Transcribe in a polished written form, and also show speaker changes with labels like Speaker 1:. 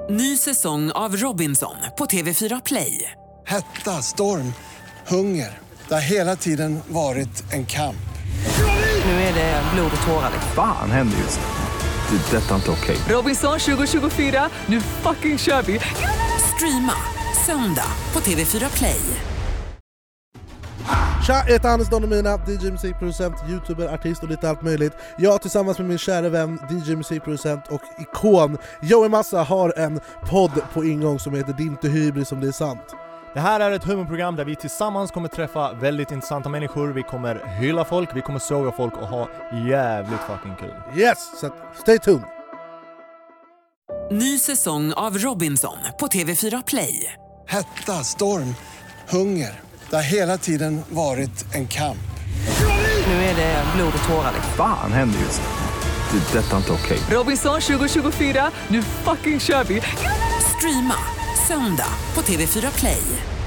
Speaker 1: Ny säsong av Robinson på TV4 Play.
Speaker 2: Hetta, storm, hunger. Det har hela tiden varit en kamp.
Speaker 1: Nu är det blod och tårar.
Speaker 3: Fan händer just nu. Det. Detta är inte okej.
Speaker 1: Robinson 2024, nu fucking kör vi. Streama söndag på TV4 Play.
Speaker 4: Tja, jag heter Hannes Donomina, DJ, musikproducent, youtuber, artist och lite allt möjligt. Jag tillsammans med min kära vän, DJ, musikproducent och ikon Joey Massa har en podd på ingång som heter Det är inte hybris som det är sant.
Speaker 5: Det här är ett humorprogram där vi tillsammans kommer träffa väldigt intressanta människor. Vi kommer hylla folk, vi kommer såga folk och ha jävligt fucking kul.
Speaker 4: Yes, så stay tuned.
Speaker 1: Ny säsong av Robinson på TV4 Play.
Speaker 2: Hetta, storm, hunger. Det har hela tiden varit en kamp.
Speaker 1: Nu är det blod och tårar.
Speaker 3: Fan händer just nu. Det. Detta är inte okej.
Speaker 1: Robinson 2024, nu fucking kör vi. Streama söndag på TV4 Play.